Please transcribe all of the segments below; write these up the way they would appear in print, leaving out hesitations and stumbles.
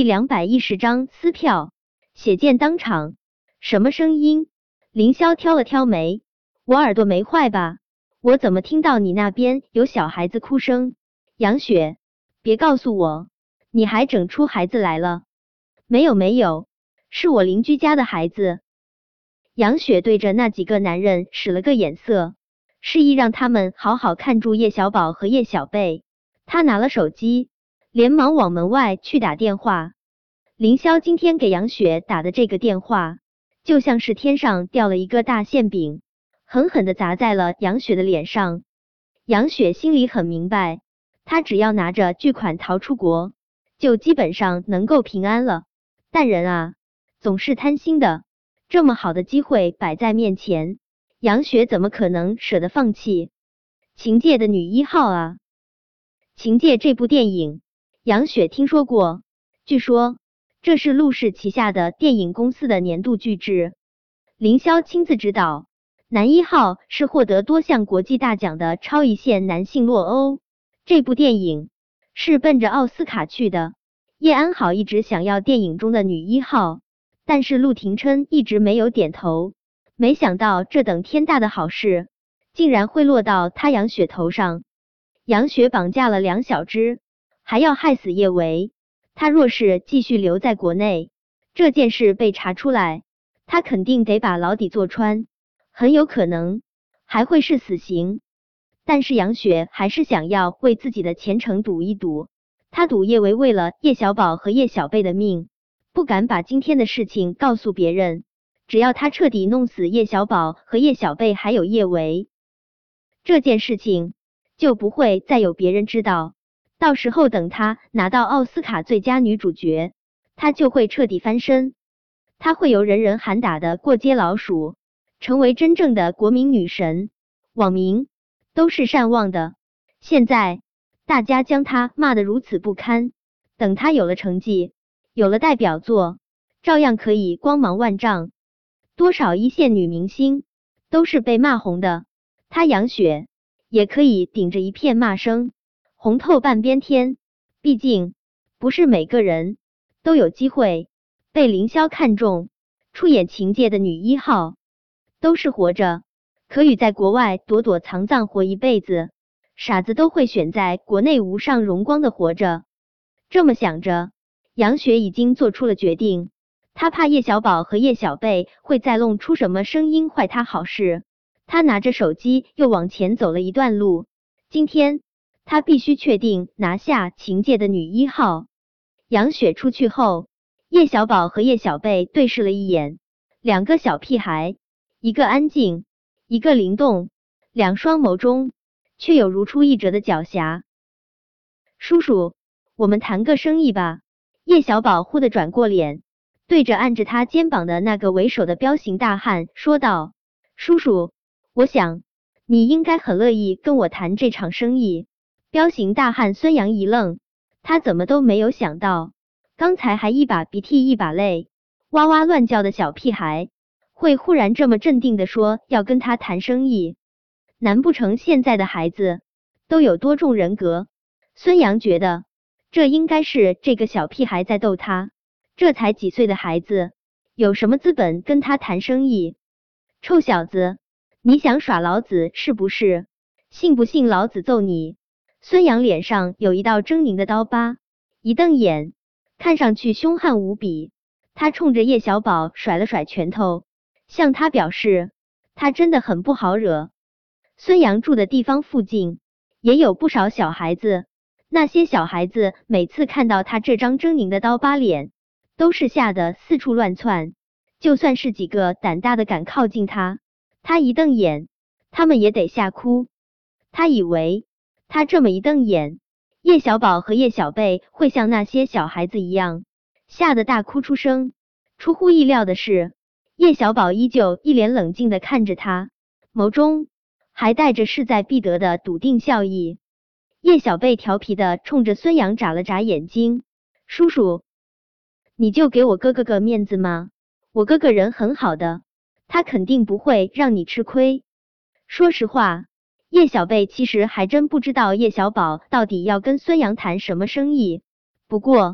第210章撕票，血溅当场。什么声音？凌霄挑了挑眉，我耳朵没坏吧？我怎么听到你那边有小孩子哭声？杨雪，别告诉我，你还整出孩子来了？没有，是我邻居家的孩子。杨雪对着那几个男人使了个眼色，示意让他们好好看住叶小宝和叶小贝。他拿了手机，连忙往门外去打电话。凌霄今天给杨雪打的这个电话，就像是天上掉了一个大馅饼，狠狠地砸在了杨雪的脸上。杨雪心里很明白，她只要拿着巨款逃出国，就基本上能够平安了。但人啊，总是贪心的，这么好的机会摆在面前，杨雪怎么可能舍得放弃？情界的女1号啊！情界这部电影，杨雪听说过，据说这是陆氏旗下的电影公司的年度巨制，凌霄亲自指导。男1号是获得多项国际大奖的超一线男性洛欧。这部电影是奔着奥斯卡去的。叶安好一直想要电影中的女1号，但是陆廷琛一直没有点头。没想到这等天大的好事，竟然会落到他杨雪头上。杨雪绑架了梁小芝，还要害死叶维。他若是继续留在国内，这件事被查出来，他肯定得把牢底坐穿，很有可能还会是死刑。但是杨雪还是想要为自己的前程赌一赌。他赌叶维为了叶小宝和叶小贝的命，不敢把今天的事情告诉别人。只要他彻底弄死叶小宝和叶小贝还有叶维，这件事情就不会再有别人知道。到时候等他拿到奥斯卡最佳女主角，他就会彻底翻身。他会由人人喊打的过街老鼠，成为真正的国民女神，网民都是善忘的。现在大家将他骂得如此不堪，等他有了成绩，有了代表作，照样可以光芒万丈。多少一线女明星都是被骂红的，她杨雪也可以顶着一片骂声红透半边天。毕竟不是每个人都有机会被凌霄看中，出演情界的女1号都是活着可以在国外躲躲藏藏活一辈子，傻子都会选在国内无上荣光的活着。这么想着，杨雪已经做出了决定。她怕叶小宝和叶小贝会再弄出什么声音坏她好事。她拿着手机又往前走了一段路。今天她必须确定拿下情界的女1号。杨雪出去后，叶小宝和叶小贝对视了一眼，两个小屁孩，一个安静，一个灵动，两双眸中却有如出一辙的狡黠。叔叔，我们谈个生意吧。叶小宝忽地转过脸，对着按着他肩膀的那个为首的彪形大汉说道：叔叔，我想你应该很乐意跟我谈这场生意。彪形大汉孙杨一愣，他怎么都没有想到，刚才还一把鼻涕一把泪哇哇乱叫的小屁孩，会忽然这么镇定地说要跟他谈生意。难不成现在的孩子都有多重人格？孙杨觉得这应该是这个小屁孩在逗他，这才几岁的孩子，有什么资本跟他谈生意？臭小子，你想耍老子是不是？信不信老子揍你？孙杨脸上有一道狰狞的刀疤，一瞪眼，看上去凶悍无比。他冲着叶小宝甩了甩拳头，向他表示他真的很不好惹。孙杨住的地方附近也有不少小孩子，那些小孩子每次看到他这张狰狞的刀疤脸，都是吓得四处乱窜。就算是几个胆大的敢靠近他，他一瞪眼，他们也得吓哭。他以为他这么一瞪眼，叶小宝和叶小贝会像那些小孩子一样吓得大哭出声。出乎意料的是，叶小宝依旧一脸冷静地看着他，眸中还带着势在必得的笃定笑意。叶小贝调皮地冲着孙杨眨了眨眼睛，叔叔，你就给我哥哥个面子吗？我哥哥人很好的，他肯定不会让你吃亏。说实话，叶小贝其实还真不知道叶小宝到底要跟孙杨谈什么生意，不过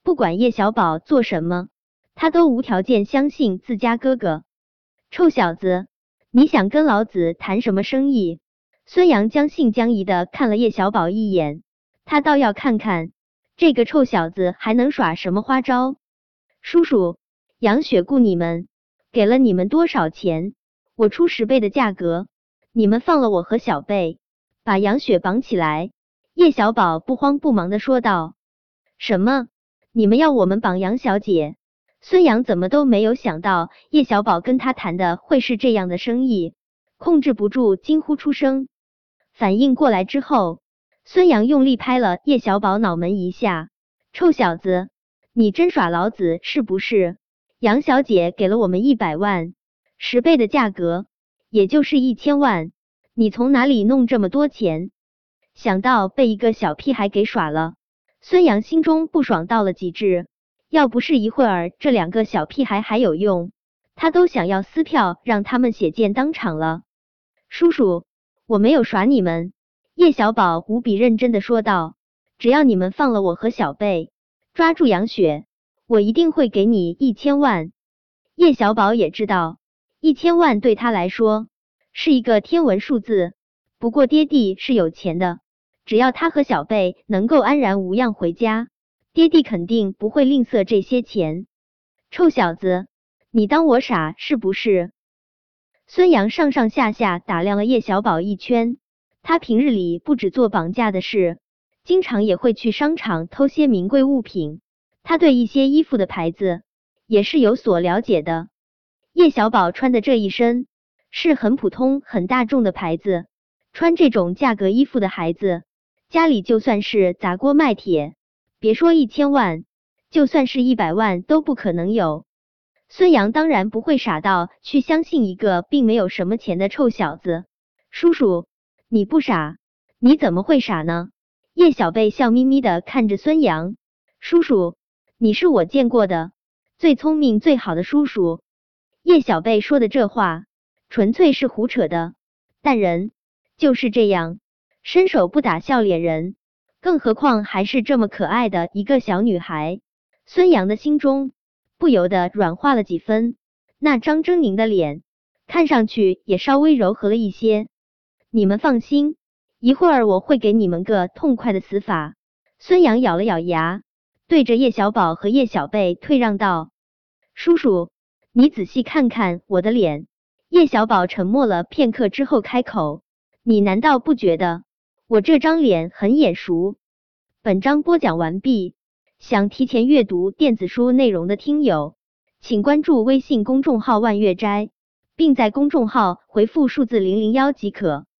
不管叶小宝做什么，他都无条件相信自家哥哥。臭小子，你想跟老子谈什么生意？孙杨将信将疑的看了叶小宝一眼，他倒要看看这个臭小子还能耍什么花招。叔叔，杨雪雇你们，给了你们多少钱？我出10倍的价格，你们放了我和小贝，把杨雪绑起来。叶小宝不慌不忙的说道。什么？你们要我们绑杨小姐？孙杨怎么都没有想到叶小宝跟他谈的会是这样的生意，控制不住惊呼出声。反应过来之后，孙杨用力拍了叶小宝脑门一下。臭小子，你真耍老子是不是？杨小姐给了我们100万，10倍的价格，也就是1000万，你从哪里弄这么多钱？想到被一个小屁孩给耍了，孙杨心中不爽到了极致。要不是一会儿这2个小屁孩还有用，他都想要撕票让他们血溅当场了。叔叔，我没有耍你们，叶小宝无比认真的说道，只要你们放了我和小贝，抓住杨雪，我一定会给你1000万。叶小宝也知道1000万对他来说是一个天文数字，不过爹地是有钱的，只要他和小贝能够安然无恙回家，爹地肯定不会吝啬这些钱。臭小子，你当我傻是不是？孙杨上上下下打量了叶小宝一圈，他平日里不止做绑架的事，经常也会去商场偷些名贵物品，他对一些衣服的牌子也是有所了解的。叶小宝穿的这一身是很普通很大众的牌子，穿这种价格衣服的孩子，家里就算是砸锅卖铁，别说1000万，就算是100万都不可能有。孙杨当然不会傻到去相信一个并没有什么钱的臭小子。叔叔，你不傻，你怎么会傻呢？叶小贝笑眯眯的看着孙杨，叔叔，你是我见过的最聪明最好的叔叔。叶小贝说的这话纯粹是胡扯的，但人就是这样，伸手不打笑脸人，更何况还是这么可爱的一个小女孩。孙杨的心中不由得软化了几分，那张狰狞的脸看上去也稍微柔和了一些。你们放心，一会儿我会给你们个痛快的死法。孙杨咬了咬牙，对着叶小宝和叶小贝退让道，叔叔，你仔细看看我的脸。叶小宝沉默了片刻之后开口，你难道不觉得我这张脸很眼熟？本章播讲完毕。想提前阅读电子书内容的听友，请关注微信公众号万月斋，并在公众号回复数字001即可。